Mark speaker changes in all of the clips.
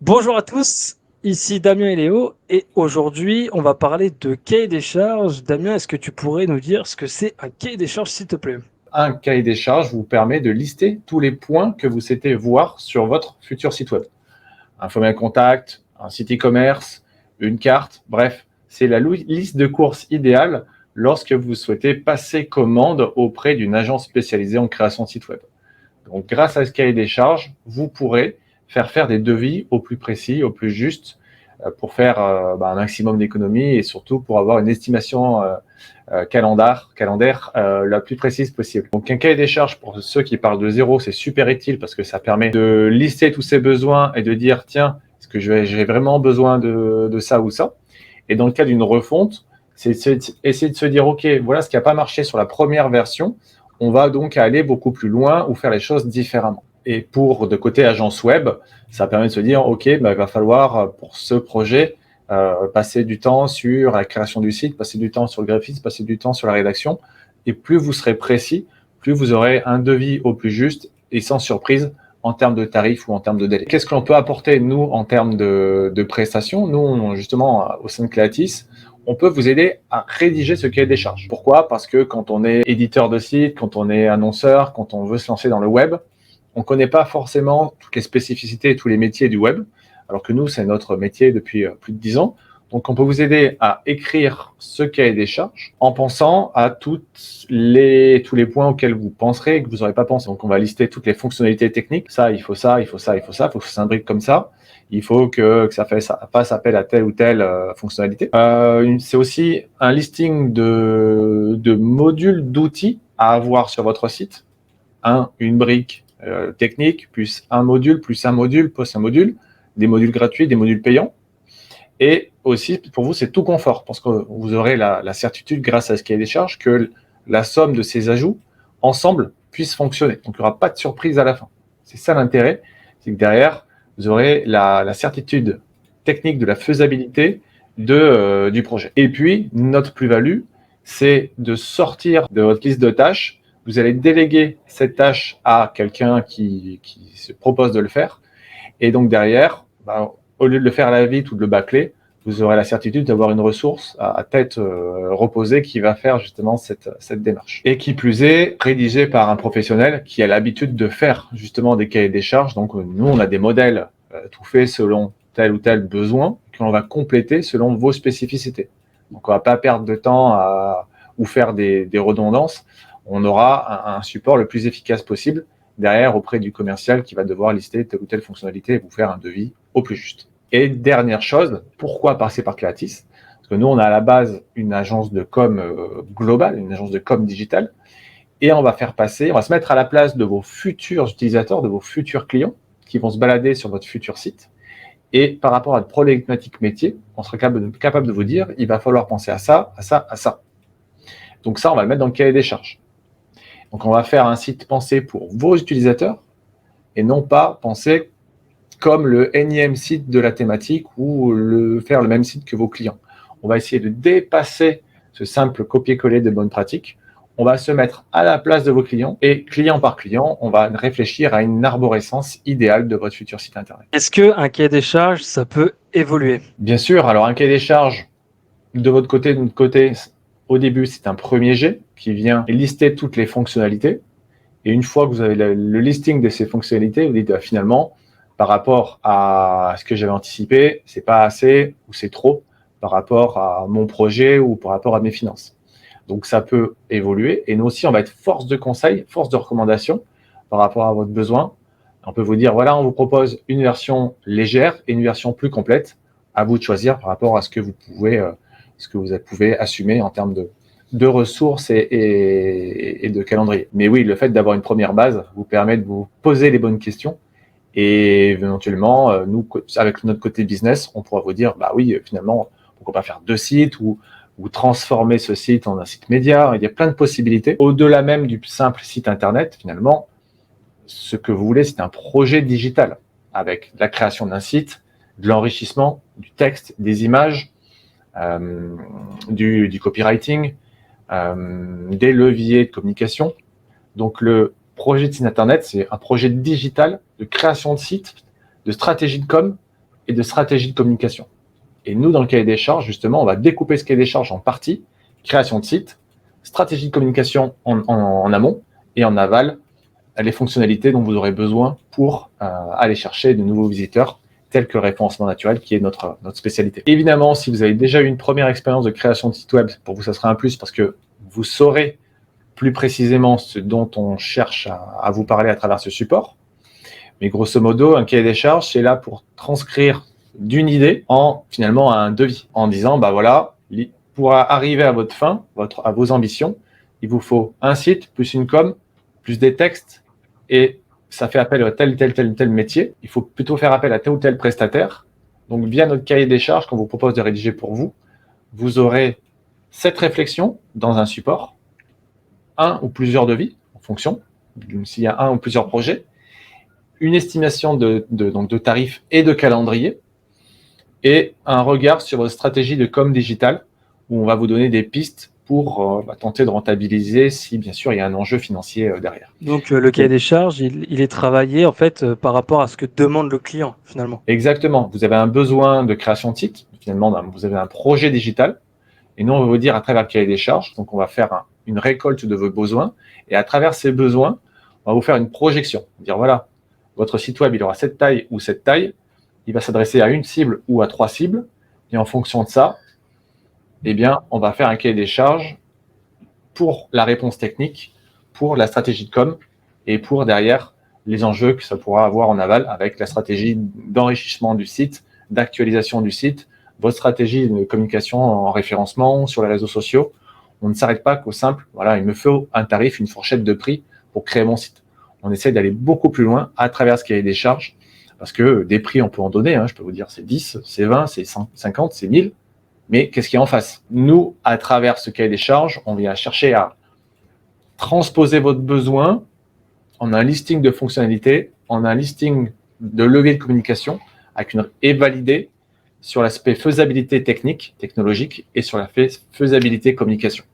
Speaker 1: Bonjour à tous, ici Damien et Léo, et aujourd'hui on va parler de cahier des charges. Damien, est-ce que tu pourrais nous dire ce que c'est un cahier des charges, s'il te plaît?
Speaker 2: Un cahier des charges vous permet de lister tous les points que vous souhaitez voir sur votre futur site web. Un formulaire contact, un site e-commerce, une carte, bref, c'est la liste de courses idéale lorsque vous souhaitez passer commande auprès d'une agence spécialisée en création de site web. Donc, grâce à ce cahier des charges, vous pourrez faire des devis au plus précis, au plus juste, pour faire un maximum d'économies et surtout pour avoir une estimation calendaire la plus précise possible. Donc un cahier des charges pour ceux qui parlent de zéro, c'est super utile parce que ça permet de lister tous ses besoins et de dire tiens, est-ce que j'ai vraiment besoin de ça ou ça. Et dans le cas d'une refonte, c'est essayer de se dire ok, voilà ce qui n'a pas marché sur la première version, on va donc aller beaucoup plus loin ou faire les choses différemment. Et pour de côté agence web, ça permet de se dire ok, il va falloir pour ce projet passer du temps sur la création du site, passer du temps sur le graphisme, passer du temps sur la rédaction. Et plus vous serez précis, plus vous aurez un devis au plus juste et sans surprise en termes de tarifs ou en termes de délai. Qu'est-ce que l'on peut apporter, nous, en termes de prestations? Nous, justement, au sein de Creatis, on peut vous aider à rédiger ce cahier des charges. Pourquoi? Parce que quand on est éditeur de site, quand on est annonceur, quand on veut se lancer dans le web, on ne connaît pas forcément toutes les spécificités et tous les métiers du web, alors que nous, c'est notre métier depuis plus de 10 ans. Donc, on peut vous aider à écrire ce cahier des charges en pensant à tous les points auxquels vous penserez et que vous n'aurez pas pensé. Donc, on va lister toutes les fonctionnalités techniques. Ça, il faut ça, il faut ça, il faut ça. Il faut que ça s'imbrique comme ça. Il faut que ça fasse appel à telle ou telle fonctionnalité. C'est aussi un listing de modules d'outils à avoir sur votre site. Une brique technique, plus un module, plus un module, plus un module, des modules gratuits, des modules payants. Et aussi, pour vous, c'est tout confort, parce que vous aurez la certitude, grâce à ce cahier des charges, que la somme de ces ajouts, ensemble, puisse fonctionner. Donc, il n'y aura pas de surprise à la fin. C'est ça l'intérêt, c'est que derrière, vous aurez la certitude technique de la faisabilité du projet. Et puis, notre plus-value, c'est de sortir de votre liste de tâches. Vous allez déléguer cette tâche à quelqu'un qui se propose de le faire. Et donc, derrière, au lieu de le faire à la vite ou de le bâcler, vous aurez la certitude d'avoir une ressource à tête reposée qui va faire justement cette démarche. Et qui plus est, rédigée par un professionnel qui a l'habitude de faire justement des cahiers des charges. Donc nous, on a des modèles tout faits selon tel ou tel besoin que l'on va compléter selon vos spécificités. Donc on ne va pas perdre de temps ou faire des redondances. On aura un support le plus efficace possible derrière auprès du commercial qui va devoir lister telle ou telle fonctionnalité et vous faire un devis au plus juste. Et dernière chose, pourquoi passer par Creatis? Parce que nous, on a à la base une agence de com globale, une agence de com digitale, et on va se mettre à la place de vos futurs utilisateurs, de vos futurs clients qui vont se balader sur votre futur site. Et par rapport à une problématique métier, on sera capable de vous dire, il va falloir penser à ça, à ça, à ça. Donc ça, on va le mettre dans le cahier des charges. Donc on va faire un site pensé pour vos utilisateurs et non pas penser comme le énième site de la thématique ou faire le même site que vos clients. On va essayer de dépasser ce simple copier-coller de bonnes pratiques. On va se mettre à la place de vos clients et client par client, on va réfléchir à une arborescence idéale de votre futur site internet.
Speaker 1: Est-ce qu'un cahier des charges, ça peut évoluer?
Speaker 2: Bien sûr, alors un cahier des charges, de votre côté, de notre côté, au début, c'est un premier jet qui vient lister toutes les fonctionnalités. Et une fois que vous avez le listing de ces fonctionnalités, vous dites finalement, par rapport à ce que j'avais anticipé, c'est pas assez ou c'est trop par rapport à mon projet ou par rapport à mes finances. Donc ça peut évoluer et nous aussi on va être force de conseil, force de recommandation par rapport à votre besoin. On peut vous dire voilà, on vous propose une version légère et une version plus complète. À vous de choisir par rapport à ce que vous pouvez assumer en termes de ressources et de calendrier. Mais oui, le fait d'avoir une première base vous permet de vous poser les bonnes questions et éventuellement, nous, avec notre côté business, on pourra vous dire, bah oui, finalement, pourquoi pas faire 2 sites ou transformer ce site en un site média. Il y a plein de possibilités. Au-delà même du simple site internet, finalement, ce que vous voulez, c'est un projet digital avec la création d'un site, de l'enrichissement, du texte, des images, du copywriting, des leviers de communication. Donc, le projet de site internet, c'est un projet digital de création de site, de stratégie de com et de stratégie de communication. Et nous, dans le cahier des charges, justement, on va découper ce cahier des charges en parties, création de site, stratégie de communication en amont, et en aval, les fonctionnalités dont vous aurez besoin pour aller chercher de nouveaux visiteurs, tels que le référencement naturel, qui est notre spécialité. Évidemment, si vous avez déjà eu une première expérience de création de site web, pour vous, ça sera un plus parce que vous saurez plus précisément ce dont on cherche à vous parler à travers ce support. Mais grosso modo, un cahier des charges, c'est là pour transcrire d'une idée finalement à un devis, en disant, bah voilà, pour arriver à votre fin, à vos ambitions, il vous faut un site, plus une com, plus des textes, et ça fait appel à tel métier. Il faut plutôt faire appel à tel ou tel prestataire. Donc, via notre cahier des charges qu'on vous propose de rédiger pour vous, vous aurez cette réflexion dans un support, un ou plusieurs devis, en fonction, s'il y a un ou plusieurs projets, une estimation donc de tarifs et de calendrier, et un regard sur votre stratégie de com digital, où on va vous donner des pistes pour tenter de rentabiliser si, bien sûr, il y a un enjeu financier derrière.
Speaker 1: Donc, le cahier des charges, il est travaillé en fait par rapport à ce que demande le client, finalement.
Speaker 2: Exactement. Vous avez un besoin de création de site. Finalement, vous avez un projet digital. Et nous, on va vous dire à travers le cahier des charges. Donc, on va faire une récolte de vos besoins. Et à travers ces besoins, on va vous faire une projection. Dire, voilà, votre site web, il aura cette taille ou cette taille. Il va s'adresser à une cible ou à 3 cibles. Et en fonction de ça, eh bien, on va faire un cahier des charges pour la réponse technique, pour la stratégie de com et pour derrière les enjeux que ça pourra avoir en aval avec la stratégie d'enrichissement du site, d'actualisation du site, votre stratégie de communication en référencement sur les réseaux sociaux. On ne s'arrête pas qu'au simple, voilà, il me faut un tarif, une fourchette de prix pour créer mon site. On essaie d'aller beaucoup plus loin à travers ce cahier des charges, parce que des prix, on peut en donner, je peux vous dire, c'est 10, c'est 20, c'est 50, c'est 1000, mais qu'est-ce qu'il y a en face? Nous, à travers ce cahier des charges, on vient chercher à transposer votre besoin en un listing de fonctionnalités, en un listing de leviers de communication, et validé sur l'aspect faisabilité technique, technologique, et sur la faisabilité communication.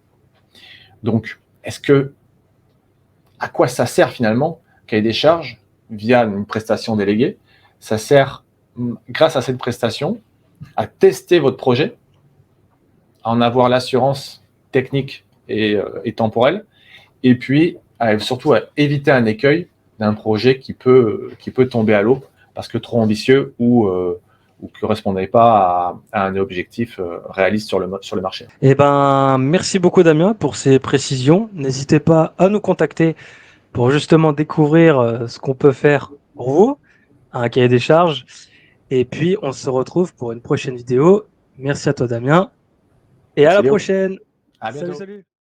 Speaker 2: Donc, à quoi ça sert finalement, cahier des charges, via une prestation déléguée? Ça sert, grâce à cette prestation, à tester votre projet, à en avoir l'assurance technique et temporelle, et puis surtout à éviter un écueil d'un projet qui peut tomber à l'eau parce que trop ambitieux ou qui ne correspondait pas à un objectif réaliste sur le marché.
Speaker 1: Eh ben, merci beaucoup Damien pour ces précisions. N'hésitez pas à nous contacter pour justement découvrir ce qu'on peut faire pour vous, un cahier des charges. Et puis, on se retrouve pour une prochaine vidéo. Merci à toi Damien. Et
Speaker 2: Merci
Speaker 1: à la
Speaker 2: Léo.
Speaker 1: prochaine.
Speaker 2: À bientôt.
Speaker 1: Salut.